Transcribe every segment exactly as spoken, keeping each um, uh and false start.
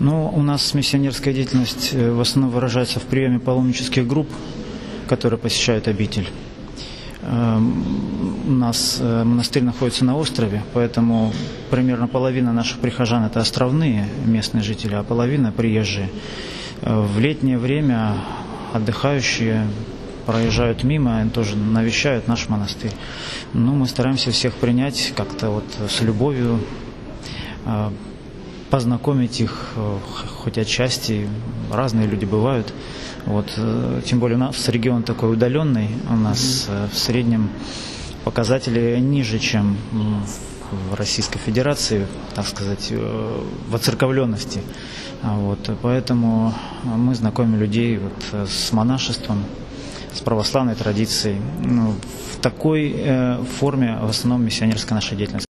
Ну, у нас миссионерская деятельность в основном выражается в приеме паломнических групп, которые посещают обитель. У нас монастырь находится на острове, поэтому примерно половина наших прихожан – это островные местные жители, а половина – приезжие. В летнее время отдыхающие проезжают мимо, тоже навещают наш монастырь. Ну, мы стараемся всех принять как-то вот с любовью, познакомить их хоть отчасти. Разные люди бывают. Вот, тем более у нас регион такой удаленный, у нас в среднем показатели ниже, чем в Российской Федерации, так сказать, в оцерковленности. Вот, поэтому мы знакомим людей вот с монашеством, с православной традицией. Ну, в такой э, форме в основном миссионерская наша деятельность.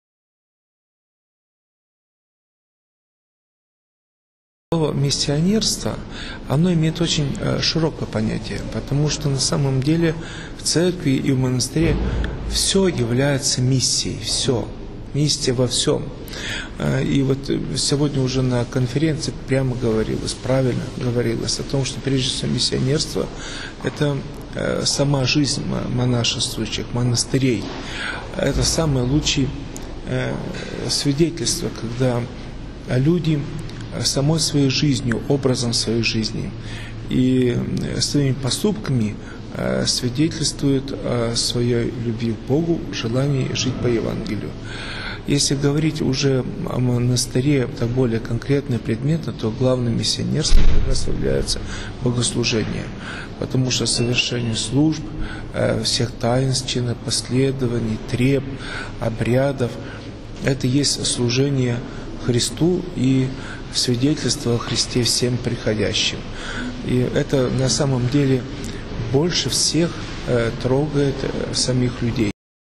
Слово «миссионерство», оно имеет очень широкое понятие, потому что на самом деле в церкви и в монастыре все является миссией, все, миссия во всем. И вот сегодня уже на конференции прямо говорилось, правильно говорилось о том, что прежде всего миссионерство – это сама жизнь монашествующих, монастырей. Это самое лучшее свидетельство, когда люди самой своей жизнью, образом своей жизни и своими поступками свидетельствуют о своей любви к Богу, желании жить по Евангелию. Если говорить уже о монастыре так более конкретно и предметно, то главным миссионерством как раз является богослужение, потому что совершение служб, всех таинств, чинопоследований, треб, обрядов – это есть служение Христу и свидетельство о Христе всем приходящим. И это на самом деле больше всех э, трогает э, самих людей.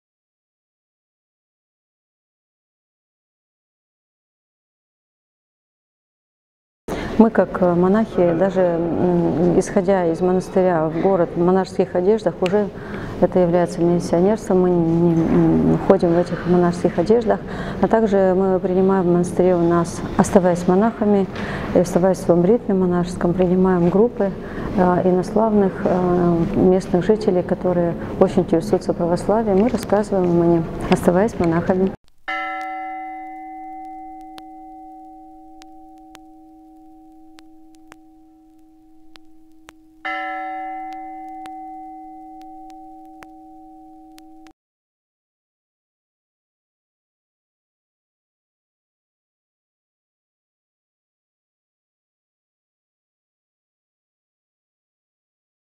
Мы, как монахи, даже исходя из монастыря в город в монашеских одеждах, уже это является миссионерством. Мы не ходим в этих монашеских одеждах, а также мы принимаем в монастыре у нас, оставаясь монахами, оставаясь в своем ритме монашеском, принимаем группы инославных местных жителей, которые очень интересуются православием. Мы рассказываем им о нем, оставаясь монахами.